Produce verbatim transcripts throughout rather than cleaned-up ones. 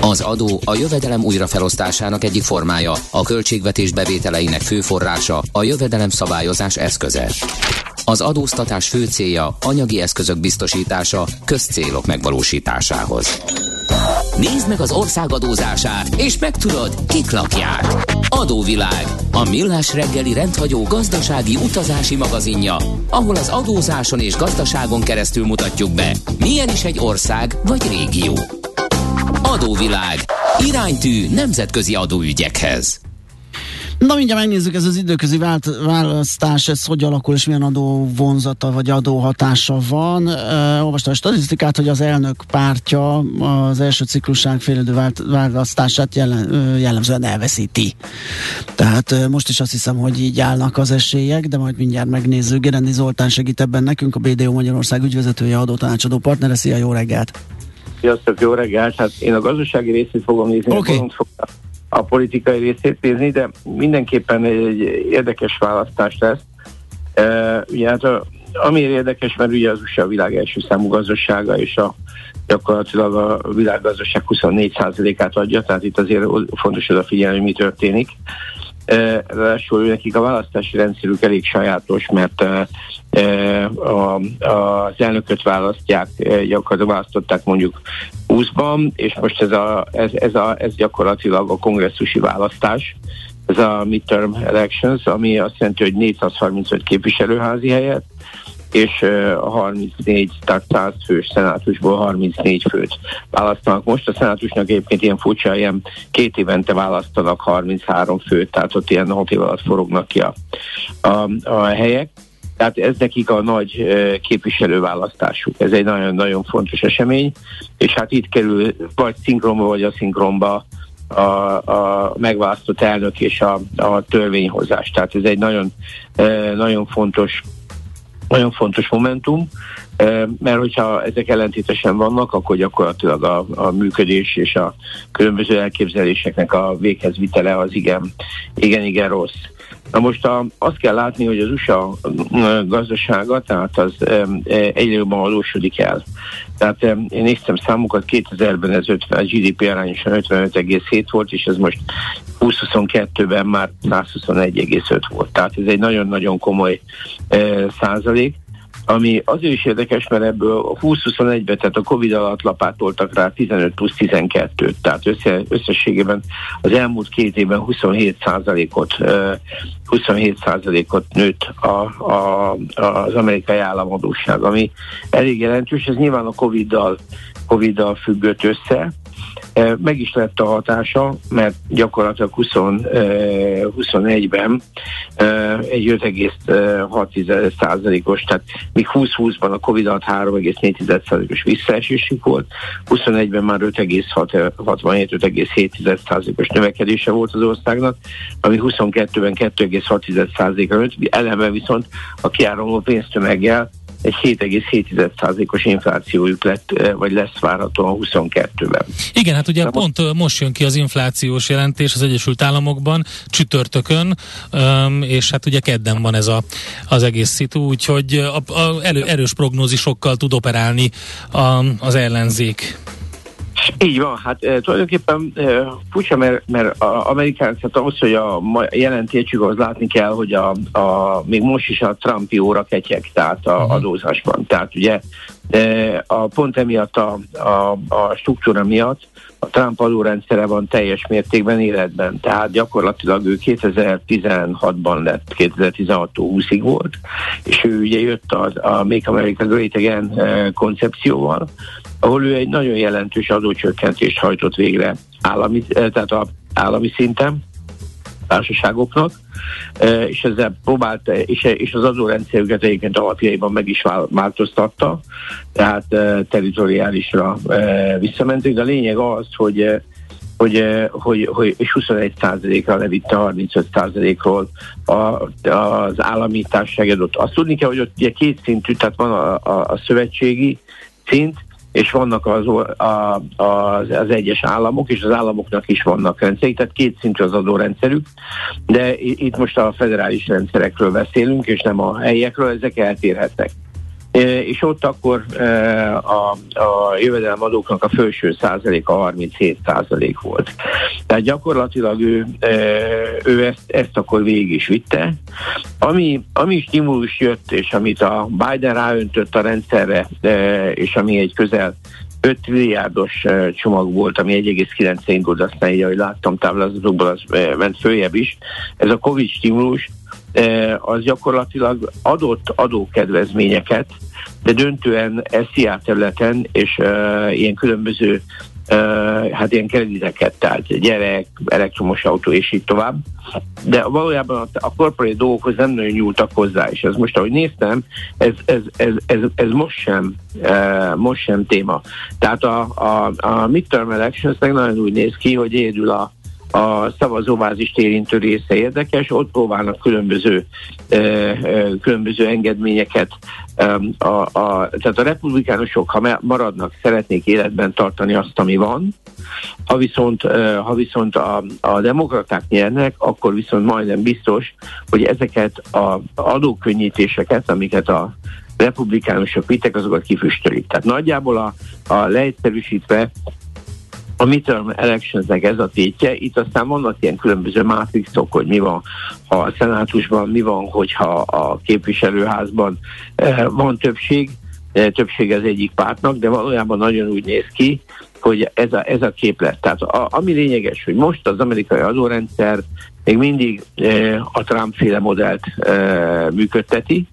Az adó a jövedelem újrafelosztásának egyik formája, a költségvetés bevételeinek fő forrása, a jövedelem szabályozás eszköze. Az adóztatás fő célja anyagi eszközök biztosítása közcélok megvalósításához. Nézd meg az ország adózását, és megtudod, kik lakják. Adóvilág, a millás reggeli rendhagyó gazdasági utazási magazinja, ahol az adózáson és gazdaságon keresztül mutatjuk be, milyen is egy ország vagy régió. Adóvilág, iránytű nemzetközi adóügyekhez. Na mindjárt megnézzük, ez az időközi vált, választás, ez hogy alakul, és milyen adó vonzata vagy adóhatása van. Uh, olvastam a statisztikát, hogy az elnök pártja az első ciklusán félidő vált, választását jellen, uh, jellemzően elveszíti. Tehát uh, most is azt hiszem, hogy így állnak az esélyek, de majd mindjárt megnézzük. Gerendi Zoltán segít ebben nekünk, a bé dé o Magyarország ügyvezetője, adótanácsadó partnere. Szia, jó reggelt! Sziasztok, jó reggelt! Hát én a gazdasági részét fogom nézni, okay. a, a politikai részét nézni, de mindenképpen egy érdekes választás lesz. E, ugye hát a, amiért érdekes, mert ugye az u es á a világ első számú gazdasága, és a, gyakorlatilag a világgazdaság huszonnégy százalékát adja, tehát itt azért fontos odafigyelni, hogy mi történik. E, ráadásul nekik a választási rendszerük elég sajátos, mert e, a, a, az elnököt választják, gyakorlatilag választották mondjuk húszban, és most ez, a, ez, ez, a, ez gyakorlatilag a kongresszusi választás, ez a midterm elections, ami azt jelenti, hogy négyszázharmincöt képviselőházi helyet, és a harmincnégy, tehát száz fős szenátusból harmincnégy főt választanak. Most a szenátusnak egyébként ilyen furcsa, ilyen két évente választanak harminchárom főt, tehát ott ilyen hat év alatt forognak ki a, a, a helyek. Tehát ez nekik a nagy képviselőválasztásuk. Ez egy nagyon-nagyon fontos esemény, és hát itt kerül vagy szinkronba, vagy aszinkronba a, a megválasztott elnök és a, a törvényhozás. Tehát ez egy nagyon, nagyon fontos nagyon fontos momentum, mert hogyha ezek ellentétesen vannak, akkor gyakorlatilag a, a működés és a különböző elképzeléseknek a véghezvitele az igen, igen, igen rossz. Na most a, azt kell látni, hogy az u es á gazdasága, tehát az egyre jobban adósodik el. Tehát én néztem számokat, kétezerben ez ötven, a gé dé pé arányosan ötvenöt egész hét volt, és ez most húsz-huszonkettőben már százhuszonegy egész öt volt. Tehát ez egy nagyon-nagyon komoly e, százalék, ami azért is érdekes, mert ebből a húsz-huszonegyben, tehát a Covid alatt lapátoltak rá tizenöt plusz tizenkettőt, tehát össze, összességében az elmúlt két évben huszonhét százalékot, huszonhét százalékot nőtt a, a, az amerikai államadósság, ami elég jelentős, ez nyilván a Coviddal, Coviddal függött össze. Meg is lett a hatása, mert gyakorlatilag húsz, huszonegyben egy öt egész hat százalékos, tehát míg húsz-húszban a Covid alatt három egész négy százalékos visszaesésük volt, huszonegyben már öt egész hatvanhét öt egész hét százalékos növekedése volt az országnak, ami huszonkettőben kettő egész hat százalékra nőtt, ellenben viszont a kiáramló pénztömeggel egy hét egész hét százalékos inflációjuk lett, vagy lesz várhatóan huszonkettőben. Igen, hát ugye Na, pont most... most jön ki az inflációs jelentés az Egyesült Államokban, csütörtökön, és hát ugye kedden van ez a, az egész szitu, úgyhogy a, a elő, erős prognózisokkal tud operálni a, az ellenzék. Így van, hát e, tulajdonképpen e, furcsa, mert, mert a Amerikán, tehát ahhoz, hogy a jelentéssük, az látni kell, hogy a, a, még most is a Trumpi óra ketyeg, tehát a adózásban. Tehát ugye e, a pont emiatt a, a, a struktúra miatt a Trump adórendszere van teljes mértékben életben. Tehát gyakorlatilag ő kétezer-tizenhatban lett, kétezer-tizenhattól húszig volt, és ő ugye jött az, a Make America Great Again e, koncepcióval, ahol ő egy nagyon jelentős adócsökkentést hajtott végre állami, tehát a állami szinten társaságoknak, és ezzel próbált, és az adórendszerüket egyébként alapjaiban meg is változtatta, tehát territoriálisra visszamentünk, de a lényeg az, hogy hogy, hogy, hogy és huszonegy százalékra levitte harmincöt százalékról a, az állami társaságot. Azt tudni kell, hogy ott ugye két szintű, tehát van a, a, a szövetségi szint, és vannak az, a, az, az egyes államok, és az államoknak is vannak rendszerek, tehát két szintű az adórendszerük, de itt most a federális rendszerekről beszélünk, és nem a helyiekről, ezek eltérhetnek. és ott akkor a, a jövedelemadóknak a felső százaléka harminchét százalék volt. Tehát gyakorlatilag ő, ő ezt, ezt akkor végig is vitte. Ami, ami stimulus jött, és amit a Biden ráöntött a rendszerre, és ami egy közel öt milliárdos csomag volt, ami egy egész kilenc indult, aztán így, ahogy láttam táblázatokból, az ment följebb is. Ez a Covid stimulus, az gyakorlatilag adott adókedvezményeket, de döntően es zé á területen és uh, ilyen különböző uh, hát ilyen krediteket, tehát gyerek, elektromos autó és így tovább. De valójában a, a corporate dolgokhoz nem nagyon nyúltak hozzá, és ez most, ahogy néztem, ez, ez, ez, ez, ez most sem uh, most sem téma. Tehát a, a, a midterm elections-nek nagyon úgy néz ki, hogy egyedül a a szavazóbázist érintő része érdekes, ott próbálnak különböző, eh, különböző engedményeket, eh, a, a, tehát a republikánusok, ha maradnak, szeretnék életben tartani azt, ami van, ha viszont, eh, ha viszont a, a demokraták nyernek, akkor viszont majdnem biztos, hogy ezeket az adókönnyítéseket, amiket a republikánusok vittek, azokat kifüstölik. Tehát nagyjából a, a leegyszerűsítve a midterm electionsnek ez a tétje, itt aztán vannak ilyen különböző mátrixok, hogy mi van, ha a szenátusban, mi van, hogyha a képviselőházban eh, van többség, eh, többség az egyik pártnak, de valójában nagyon úgy néz ki, hogy ez a, ez a képlet. Tehát a, ami lényeges, hogy most az amerikai adórendszer még mindig eh, a Trump-féle modellt eh, működteti,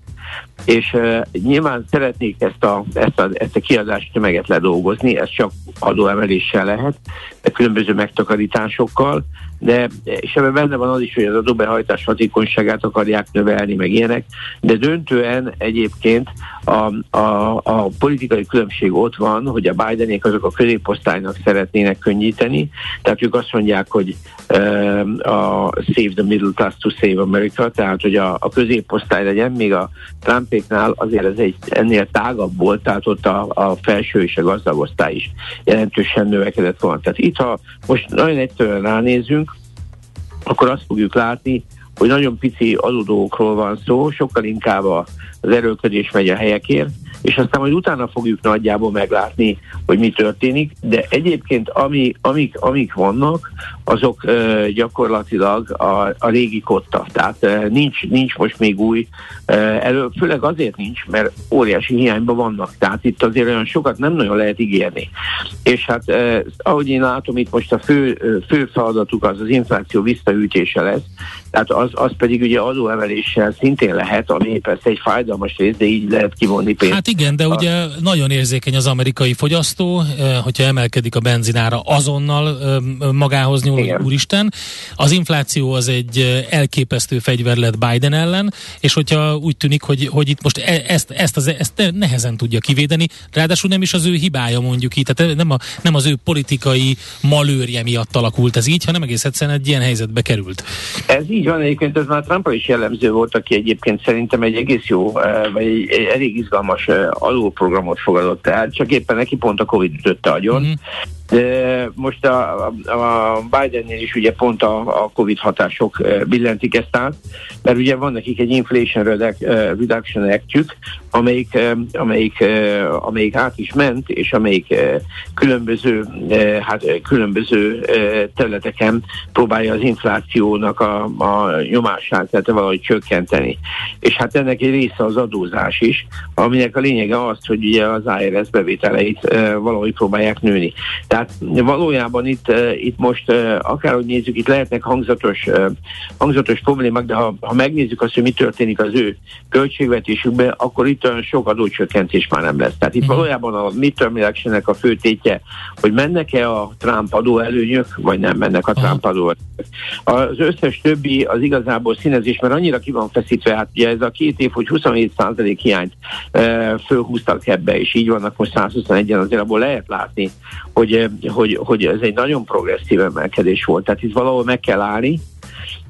és uh, nyilván szeretnék ezt a, ezt a, ezt a kiadási tömeget ledolgozni, ez csak adóemeléssel lehet, de különböző megtakarításokkal, de és ebben benne van az is, hogy az adóbehajtás hatékonyságát akarják növelni, meg ilyenek, de döntően egyébként a, a, a politikai különbség ott van, hogy a Bidenék azok a középosztálynak szeretnének könnyíteni, tehát ők azt mondják, hogy uh, a Save the Middle Class to Save America, tehát hogy a, a középosztály legyen, még a Trumpéknál azért ez egy ennél tágabb volt, tehát ott a, a felső és a gazdag osztály is jelentősen növekedett volna. Tehát itt, ha most nagyon egyszerűen ránézünk, akkor azt fogjuk látni, hogy nagyon pici adódókról van szó, sokkal inkább az erőlködés megy a helyekért, és aztán majd utána fogjuk nagyjából meglátni, hogy mi történik, de egyébként ami, amik, amik vannak, azok uh, gyakorlatilag a, a régi kotta. Tehát uh, nincs, nincs most még új, uh, elő, főleg azért nincs, mert óriási hiányban vannak. Tehát itt azért olyan sokat nem nagyon lehet ígérni. És hát uh, ahogy én látom, itt most a fő, uh, fő feladatuk az az infláció visszaütése lesz, tehát az, az pedig ugye adóemeléssel szintén lehet, ami persze egy fájdalmas rész, de így lehet kivonni pénzt. Hát igen, de ugye nagyon érzékeny az amerikai fogyasztó, hogyha emelkedik a benzinára, azonnal magához nyúl, igen. Úristen. Az infláció az egy elképesztő fegyver lett Biden ellen, és hogyha úgy tűnik, hogy, hogy itt most ezt, ezt, az, ezt nehezen tudja kivédeni, ráadásul nem is az ő hibája mondjuk így, tehát nem, a, nem az ő politikai malőrje miatt alakult ez így, hanem egész egyszerűen egy ilyen helyzetbe került. Ez így van, egyébként ez már Trumpra is jellemző volt, aki egyébként szerintem egy egész jó, vagy egy, egy elég izgalmas adóprogramot fogadott el, csak éppen neki pont a Covid ütötte agyon. Mm-hmm. De most a, a Bidennél is ugye pont a, a Covid hatások billentik ezt át, mert ugye van nekik egy Inflation Reduction Act-jük, amelyik, amelyik, amelyik át is ment, és amelyik különböző, hát különböző területeken próbálja az inflációnak a, a nyomását, tehát valahogy csökkenteni. És hát ennek egy része az adózás is, aminek a lényege az, hogy ugye az I R S bevételeit valahogy próbálják nőni. Tehát valójában itt, itt most akárhogy nézzük, itt lehetnek hangzatos, hangzatos problémák, de ha, ha megnézzük azt, hogy mi történik az ő költségvetésükben, akkor itt olyan sok adócsökkentés már nem lesz. Tehát itt uh-huh. valójában a midterm electionnek a fő tétje, hogy mennek-e a Trump adóelőnyök, vagy nem mennek a Trump adóelőnyök. Az összes többi az igazából színezés, mert annyira ki van feszítve, hát ugye ez a két év, hogy huszonhét százalék hiányt e, fölhúztak ebbe, és így vannak most száz huszonegyen, azért abból lehet látni, hogy, hogy, hogy ez egy nagyon progresszív emelkedés volt. Tehát itt valahol meg kell állni,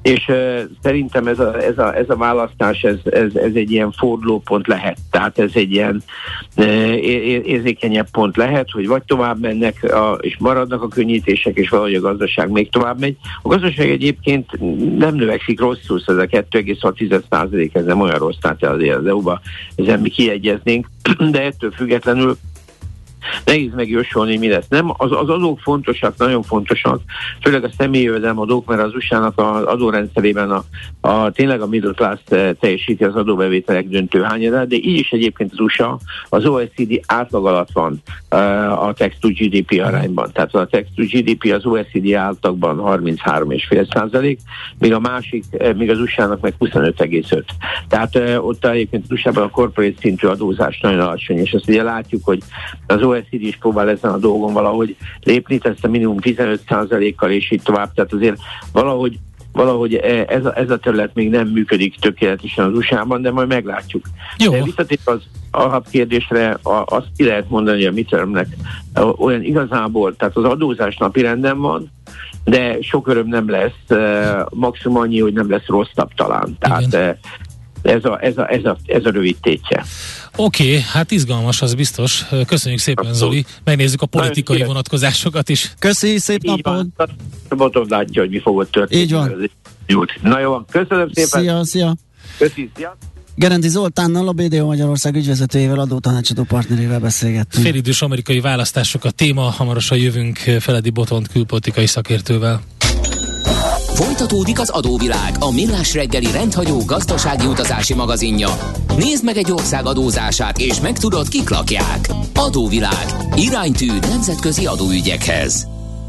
és uh, szerintem ez a, ez a, ez a választás, ez, ez, ez egy ilyen fordulópont lehet, tehát ez egy ilyen uh, érzékenyebb pont lehet, hogy vagy tovább mennek, a, és maradnak a könnyítések, és valahogy a gazdaság még tovább megy. A gazdaság egyébként nem növekszik rosszul, ez a kettő egész hat százalék, ez nem olyan rossz, tehát azért az é u-ba ezen mi kiegyeznénk, de ettől függetlenül nehéz megjósolni, mi lesz. Nem, az, az adók fontosak, nagyon fontosak, főleg a személyi jövedelemadók, mert az u es á-nak az adórendszerében a, a, tényleg a middle class teljesíti az adóbevételek döntő hányadát, de így is egyébként az u es á az o e cé dé átlag alatt van a tax to gé dé pé arányban. Tehát a tax to gé dé pé az o e cé dé átlagban harminchárom egész öt százalék, míg a másik, míg az u es á-nak meg huszonöt egész öt. Tehát ott egyébként az u es á-ban a corporate szintű adózás nagyon alacsony, és azt ugye látjuk, hogy az o e cé dé is próbál ezen a dolgon valahogy lépni, tehát ezt a minimum tizenöt százalékkal és így tovább, tehát azért valahogy, valahogy ez, a, ez a terület még nem működik tökéletesen az u es á-ban, de majd meglátjuk. Jó. De visszatérve az alapkérdésre, azt ki lehet mondani, hogy a midtermnek olyan igazából, tehát az adózás napirenden van, de sok öröm nem lesz, maximum annyi, hogy nem lesz rosszabb talán. Tehát igen. Ez a, ez, a, ez, a, ez a rövid tétje. Oké, okay, hát izgalmas, az biztos. Köszönjük szépen, Abszolút. Zoli. Megnézzük a politikai nagyon vonatkozásokat is. Köszi, szép napot! Boton látja, hogy mi fogod történni. Így van. Na jó, köszönöm szépen. Szia, szia. Köszi, szia. Gerendi Zoltánnal, a bé dé o Magyarország ügyvezetőjével, adótanácsadó partnerével beszélgettünk. Félidős amerikai választások a téma, hamarosan jövünk Feledi Botont külpolitikai szakértővel. Folytatódik az Adóvilág, a millás reggeli rendhagyó gazdasági utazási magazinja. Nézd meg egy ország adózását, és megtudod, kik lakják. Adóvilág. Iránytű nemzetközi adóügyekhez.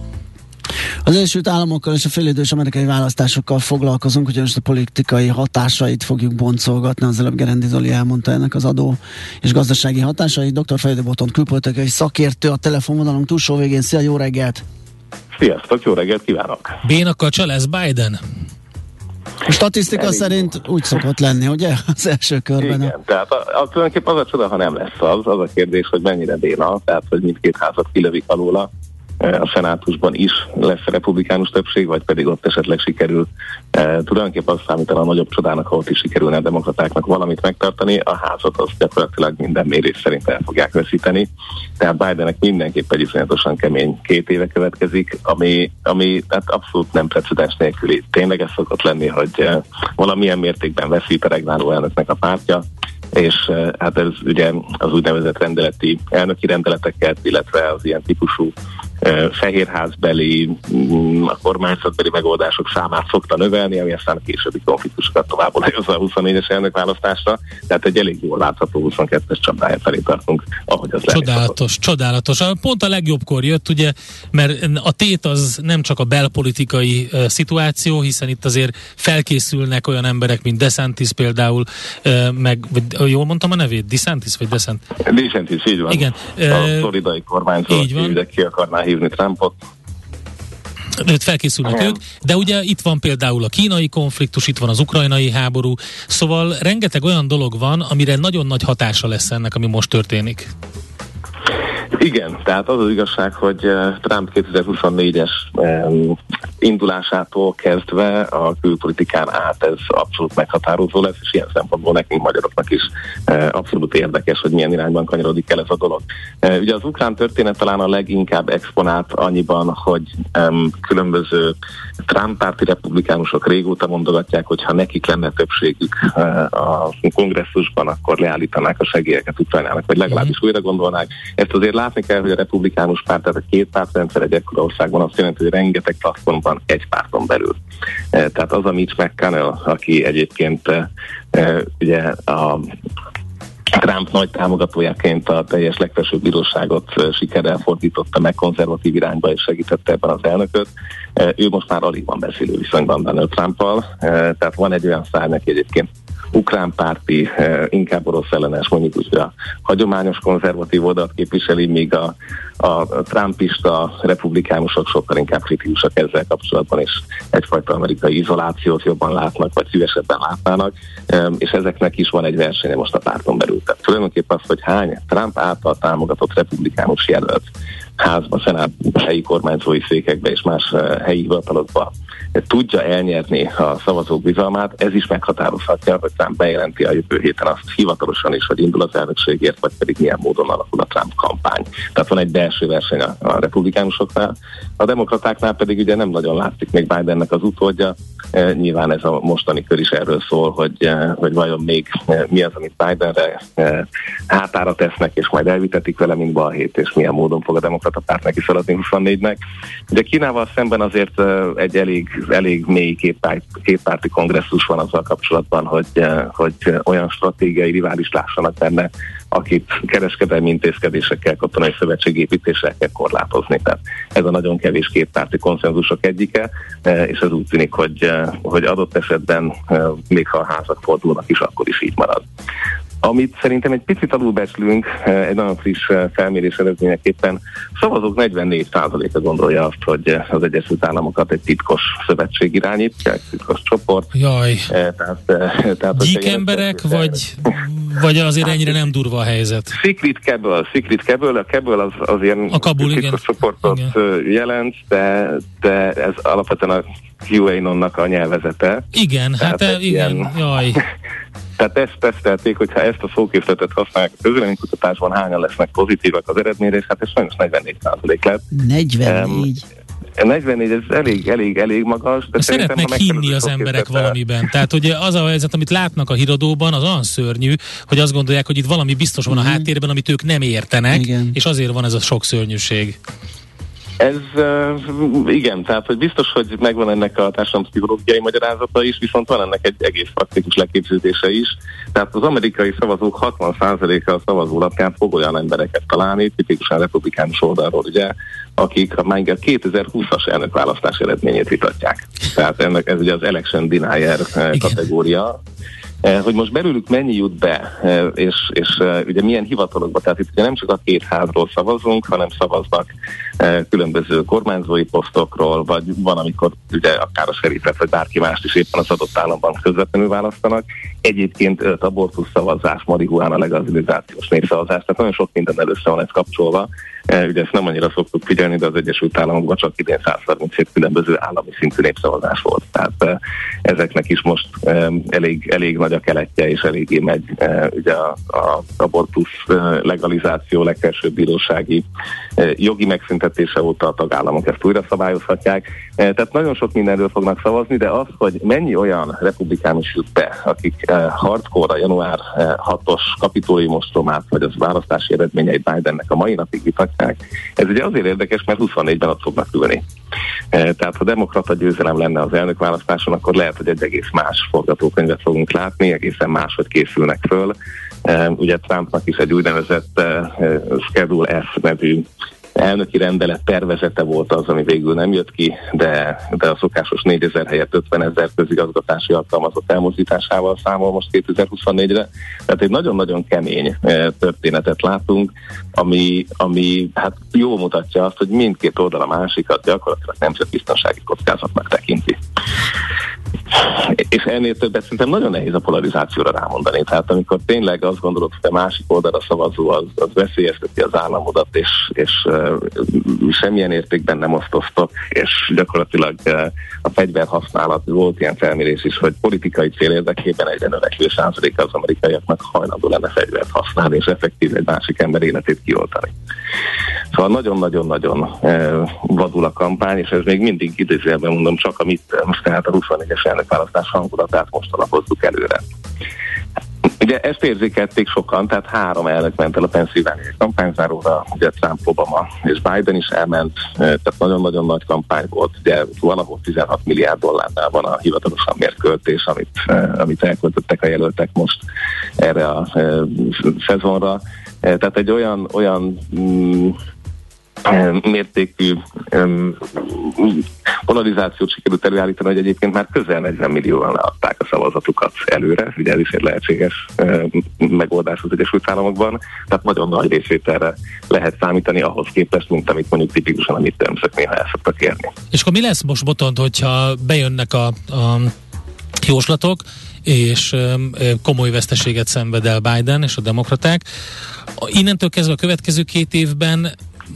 Az Egyesült Államokkal és a félidős amerikai választásokkal foglalkozunk, ugyanis a politikai hatásait fogjuk boncolgatni. Az előbb Gerendi Zoli elmondta ennek az adó és gazdasági hatásait. doktor Feledi Botont külpolitikai szakértő a telefonvonalunk túlsó végén. Szia, jó reggelt! Sziasztok, jó reggelt kívánok! Bénakkal lesz Biden? A statisztika Elég szerint jó. Úgy szokott lenni, ugye? Az első körben. Igen, a... tehát a, a, tulajdonképpen az a csoda, ha nem lesz az, az a kérdés, hogy mennyire béna, tehát hogy mindkét házat kilövik alóla. A szenátusban is lesz republikánus többség, vagy pedig ott esetleg sikerül. E, tulajdonképpen azt számítana a nagyobb csodának, ha ott is sikerülne a demokratáknak valamit megtartani, a házat azt gyakorlatilag minden mérés szerint el fogják veszíteni. Tehát Bidennek mindenképp egy iszonyatosan kemény két éve következik, ami, ami hát abszolút nem precedens nélküli. Tényleg ez szokott lenni, hogy e, valamilyen mértékben veszít a regnáló elnöknek a pártja, és hát ez ugye az úgynevezett rendeleti, elnöki rendeleteket, illetve az ilyen típusú fehérházbeli, a kormányzatbeli megoldások számát szokta növelni, ami aztán a későbbi konfliktusokat tovább olajozza a huszonnégyes elnökválasztásra, tehát egy elég jól látható huszonkettes csapdája felé tartunk, ahogy az Csodálatos, csodálatos. Pont a legjobbkor jött, ugye, mert a tét az nem csak a belpolitikai uh, szituáció, hiszen itt azért felkészülnek olyan emberek, mint DeSantis például, uh, meg, vagy, jól mondtam a nevét? DeSantis vagy DeSantis? DeSantis, így van. Igen. A floridai kormányzó, aki ki akarná hívni Trumpot. Őt felkészülnek ők, de ugye itt van például a kínai konfliktus, itt van az ukrajnai háború, szóval rengeteg olyan dolog van, amire nagyon nagy hatása lesz ennek, ami most történik. Igen, tehát az az igazság, hogy Trump kétezer-huszonnégyes um, indulásától kezdve a külpolitikán át ez abszolút meghatározó lesz, és ilyen szempontból nekünk magyaroknak is uh, abszolút érdekes, hogy milyen irányban kanyarodik el ez a dolog. Uh, ugye az ukrán történet talán a leginkább exponált annyiban, hogy um, különböző Trump-párti republikánusok régóta mondogatják, hogy ha nekik lenne többségük uh, a kongresszusban, akkor leállítanák a segélyeket Ukrajnának, vagy legalábbis újra gondolnák. Ezt azért látni kell, hogy a republikánus párt, tehát a két pártrendszer egy ekkora országban azt jelenti, hogy rengeteg platform van egy párton belül. Tehát az a Mitch McConnell, aki egyébként ugye a Trump nagy támogatójaként a teljes legfelsőbb bíróságot sikerrel fordította meg konzervatív irányba, és segítette ebben az elnököt. Ő most már alig van beszélő viszonyban Donald Trumpal, tehát van egy olyan szár neki egyébként ukrán párti, inkább orosz ellenes, mondjuk úgy, a hagyományos konzervatív oldalt képviseli, míg a, a trumpista republikánusok sokkal inkább kritikusak ezzel kapcsolatban, és egyfajta amerikai izolációt jobban látnak, vagy szívesebben látnának, és ezeknek is van egy versenye most a párton belül. Tehát tulajdonképpen az, hogy hány Trump által támogatott republikánus jelölt házba, szenát, helyi kormányzói székekbe és más helyi hivatalokba tudja elnyerni a szavazók bizalmát, ez is meghatározhatja, hogy Trump bejelenti a jövő héten azt hivatalosan is, hogy indul az elnökségért, vagy pedig milyen módon alakul a Trump kampány. Tehát van egy belső verseny a, a republikánusoknál, a demokratáknál pedig ugye nem nagyon látszik még Bidennek az utódja. E, nyilván ez a mostani kör is erről szól, hogy, e, hogy vajon még e, mi az, amit Bidenre e, hátára tesznek, és majd elvitetik vele, mint balhét, és milyen módon fog a demokrata párt neki szaladni huszonnégynek. Ugye Kínával szemben azért e, egy elég, elég mély képpárt, képpárti kongresszus van azzal kapcsolatban, hogy, e, hogy olyan stratégiai rivális lássanak benne, akit kereskedelmi intézkedésekkel, katonai szövetségépítéssel kell korlátozni. Tehát ez a nagyon kevés kétpárti konszenzusok egyike, és ez úgy tűnik, hogy, hogy adott esetben még ha a házak fordulnak is, akkor is így marad. Amit szerintem egy picit alulbecslünk, egy nagyon friss felmérés eredményeképpen, szavazók negyvennégy százaléka gondolja azt, hogy az Egyesült Államokat egy titkos szövetség irányít, egy titkos csoport. Jaj. Tehát, tehát, Gyík emberek, vagy, vagy azért ennyire nem durva a helyzet? Secret Cabal, Secret Cabal, a Cabal az azért a Kabul, titkos igen. csoportot igen. jelent, de, de ez alapvetően a QAnon-nak a nyelvezete. Igen, tehát hát igen, ilyen, jaj. Tehát ezt tesztelték, hogyha ezt a szókészletet használják a közvéleménykutatásban, hányan lesznek pozitívak az eredményre, és hát ez sajnos negyvennégy százalék lett. negyvennégy? Um, negyvennégy, ez elég, elég, elég magas. De szeretnek hinni az emberek valamiben. Tehát ugye az a helyzet, amit látnak a híradóban, az olyan szörnyű, hogy azt gondolják, hogy itt valami biztos van a háttérben, amit ők nem értenek, igen. És azért van ez a sok szörnyűség. Ez uh, igen, tehát hogy biztos, hogy megvan ennek a társadalomszpszichológiai magyarázata is, viszont van ennek egy egész praktikus leképződése is. Tehát az amerikai szavazók hatvan százaléka a szavazólapján fog olyan embereket találni, tipikusan republikánus oldalról, ugye, akik már a kétezer-húszas elnökválasztás eredményét vitatják. Tehát ennek, ez ugye az election denier igen. kategória. Hogy most belőlük mennyi jut be, és, és ugye milyen hivatalokba, tehát itt ugye nem csak a két házról szavazunk, hanem szavaznak különböző kormányzói posztokról, vagy van, amikor ugye akár a serifet, vagy bárki mást is éppen az adott államban közvetlenül választanak. Egyébként öt abortusz szavazás, marihuána legalizációs népszavazás, tehát nagyon sok minden először van ez kapcsolva. Ugye ezt nem annyira szoktuk figyelni, de az Egyesült Államokban csak idén száz harminchét különböző állami szintű népszavazás volt. Tehát ezeknek is most elég, elég nagy a keletje, és eléggé megy ugye az abortusz legalizáció legfelsőbb bírósági jogi megszüntetése óta a tagállamok ezt újra szabályozhatják. Tehát nagyon sok mindenről fognak szavazni, de az, hogy mennyi olyan republikánus jut be, akik hardcore a január hatos kapitólium ostromát, vagy az választási eredményeit Bidennek a mai napig vitatják. Ez ugye azért érdekes, mert huszonnégyben ott fognak ülni. Tehát ha demokrata győzelem lenne az elnökválasztáson, akkor lehet, hogy egy egész más forgatókönyvet fogunk látni, egészen máshogy készülnek föl. Ugye Trumpnak is egy úgynevezett Schedule F nevű elnöki rendelet tervezete volt az, ami végül nem jött ki, de, de a szokásos négyezer helyett ötvenezer közigazgatási alkalmazott elmozdításával számol most kétezer-huszonnégyre. Tehát egy nagyon-nagyon kemény történetet látunk, ami, ami hát jól mutatja azt, hogy mindkét oldal a másikat gyakorlatilag nemzetbiztonsági kockázatnak tekinti. És ennél többet szerintem nagyon nehéz a polarizációra rámondani. Tehát amikor tényleg azt gondolod, hogy a másik oldalra szavazó az, az veszélyezteti az államodat, és, és uh, semmilyen értékben nem osztoztok, és gyakorlatilag uh, a fegyverhasználat, volt ilyen felmérés is, hogy politikai cél érdekében egyre növekvő százaléka az amerikaiaknak hajlandó lenne fegyvert használni, és effektív egy másik ember életét kioltani. Szóval nagyon-nagyon-nagyon uh, vadul a kampány, és ez még mindig idézőjelben mondom, csak a mit, most tehát a huszonnégyes elnökválasztás hangulatát most alapozzuk előre. Ugye ezt érzékelték sokan, tehát három elnök ment el a Pennsylvániai kampányzáróra, ugye Trump, Obama és Biden is elment, tehát nagyon-nagyon nagy kampány volt, ugye valahol tizenhat milliárd dollárnál van a hivatalosan mért költés, amit, amit elköltöttek a jelöltek most erre a szezonra. Tehát egy olyan, olyan mm, mértékű um, polarizációt sikerült előállítani, hogy egyébként már közel negyven millióan leadták a szavazatukat előre, ugye ez is egy lehetséges uh, megoldás az Egyesült Államokban, tehát nagyon nagy részvételre lehet számítani ahhoz képest, mint amit mondjuk tipikusan a midtermsök néha el szoktak érni. És akkor mi lesz most, Botond, hogyha bejönnek a, a jóslatok, és komoly veszteséget szenved el Biden és a demokraták. Innentől kezdve a következő két évben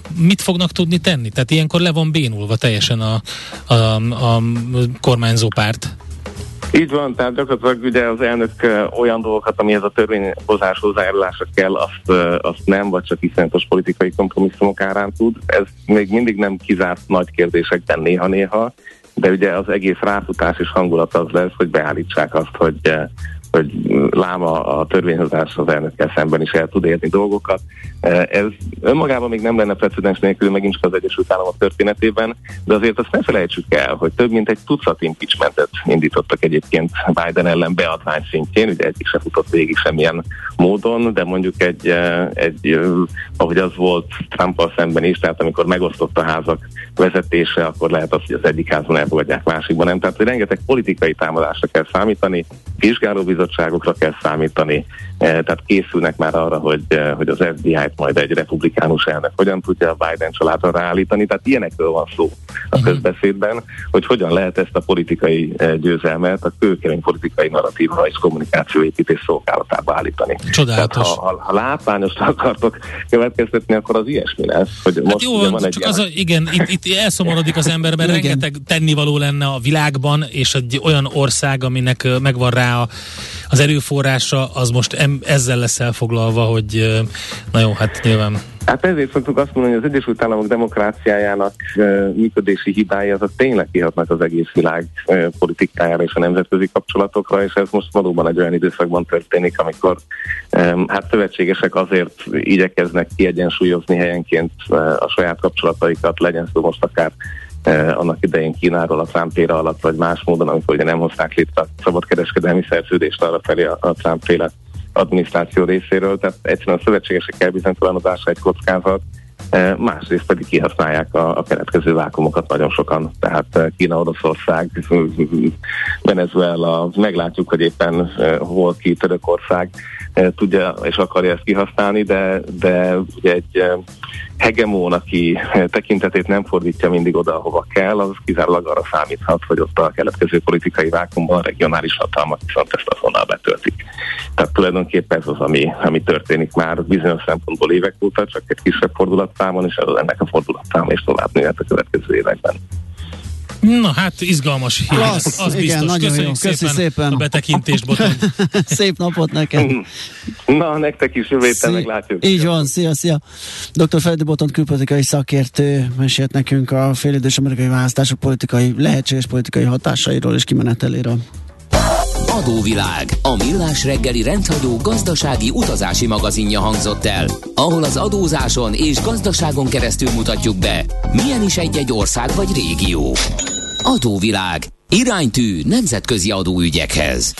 mit fognak tudni tenni? Tehát ilyenkor le van bénulva teljesen a, a, a kormányzó párt. Így van, tehát gyakorlatilag ugye az elnök olyan dolgokat, amihez a törvényhozás hozzájárulása kell, azt, azt nem, vagy csak iszonyatos politikai kompromisszumok árán tud. Ez még mindig nem kizárt nagy kérdésekben néha-néha, de ugye az egész ráfutás és hangulat az lesz, hogy beállítsák azt, hogy hogy láma a törvényhozás az elnökkel szemben is el tud érni dolgokat. Ez önmagában még nem lenne precedens nélkül megint csak az Egyesült Államok történetében, de azért azt ne felejtsük el, hogy több mint egy tucat impeachmentet indítottak egyébként Biden ellen beadvány szintjén, ugye egyik se futott végig semmilyen módon, de mondjuk egy, egy ahogy az volt Trumpal szemben is, tehát amikor megosztott a házak vezetése, akkor lehet az, hogy az egyik házban elfogadják, másikban nem. Tehát, hogy rengeteg politikai támadásra kell számítani, vizsgálóbizottságokra kell számítani, tehát készülnek már arra, hogy, hogy az ef bé i-t majd egy republikánus elnök hogyan tudja a Biden családra ráállítani, tehát ilyenekről van szó a közbeszédben, hogy hogyan lehet ezt a politikai győzelmet a kőkemény politikai narratíva és kommunikációépítés szolgálatába állítani. Csodálatos. Tehát, ha, ha, ha látványosra akartok következtetni, akkor az ilyesmi lesz. Hogy hát most jó, van csak egy az a, igen, itt, itt elszomorodik az ember, mert rengeteg tennivaló lenne a világban, és egy olyan ország, aminek megvan rá a, az erőforrása, az most em, ezzel lesz elfoglalva, hogy na jó, hát nyilván. Hát ezért szoktuk azt mondani, hogy az Egyesült Államok demokráciájának uh, működési hibái azok tényleg kihatnak az egész világ uh, politikájára és a nemzetközi kapcsolatokra, és ez most valóban egy olyan időszakban történik, amikor um, hát szövetségesek azért igyekeznek kiegyensúlyozni helyenként uh, a saját kapcsolataikat, legyen szó most akár uh, annak idején Kínáról a Trump-éra alatt, vagy más módon, amikor ugye nem hozták létre a szabadkereskedelmi szerződést arra felé a, a Trump-féle adminisztráció részéről, tehát egyszerűen a szövetségesekkel bizonytalanodása egy kockázat, másrészt pedig kihasználják a, a keletkező vákumokat nagyon sokan, tehát Kína, Oroszország, Venezuela, meglátjuk, hogy éppen hol ki Törökország tudja és akarja ezt kihasználni, de, de ugye egy hegemón, aki tekintetét nem fordítja mindig oda, ahova kell, az kizárólag arra számíthat, hogy ott a keletkező politikai vákumban a regionális hatalmak viszont ezt azonnal betöltik. Tehát tulajdonképpen ez az, ami, ami történik már bizonyos szempontból évek óta, csak egy kisebb fordulatszámon, és ennek a fordulatszáma is tovább nőhet a következő években. Na hát, izgalmas hír, Klassz, az igen, biztos. Köszönjük szépen, szépen a betekintést, Botond. Szép napot neked. Na, nektek is jövő héten meglátjuk. Így van, szia, szia. doktor Feledi Botond külpolitikai szakértő mesélt nekünk a félidős amerikai választások politikai, lehetséges politikai hatásairól és kimeneteléről. Adóvilág, a millás reggeli rendhagyó gazdasági utazási magazinja hangzott el, ahol az adózáson és gazdaságon keresztül mutatjuk be, milyen is egy-egy ország vagy régió. Adóvilág, iránytű nemzetközi adóügyekhez.